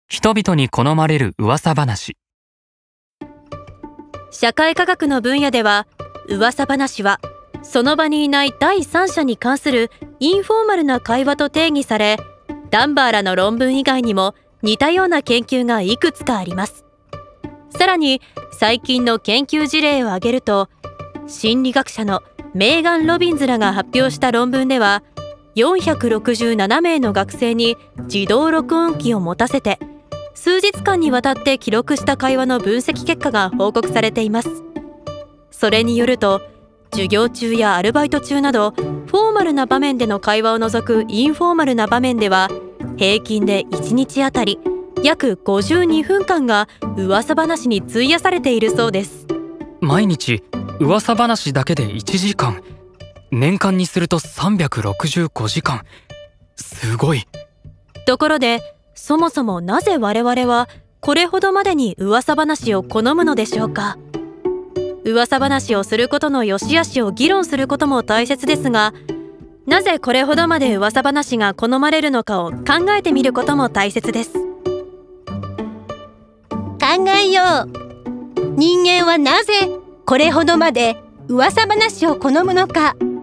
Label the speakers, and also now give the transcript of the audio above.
Speaker 1: 人々に好まれる噂話。
Speaker 2: 社会科学の分野では、噂話はその場にいない第三者に関するインフォーマルな会話と定義され、ダンバーらの論文以外にも似たような研究がいくつかあります。さらに最近の研究事例を挙げると、心理学者のメーガン・ロビンズらが発表した論文では、467名の学生に自動録音機を持たせて数日間にわたって記録した会話の分析結果が報告されています。それによると、授業中やアルバイト中などフォーマルな場面での会話を除くインフォーマルな場面では、平均で1日あたり約52分間が噂話に費やされているそうです。
Speaker 1: 毎日噂話だけで1時間、年間にすると365時間。すごい。
Speaker 2: ところで、そもそもなぜ我々はこれほどまでに噂話を好むのでしょうか。噂話をすることの良し悪しを議論することも大切ですが、なぜこれほどまで噂話が好まれるのかを考えてみることも大切です。
Speaker 3: 考えよう。人間はなぜこれほどまで噂話を好むのか。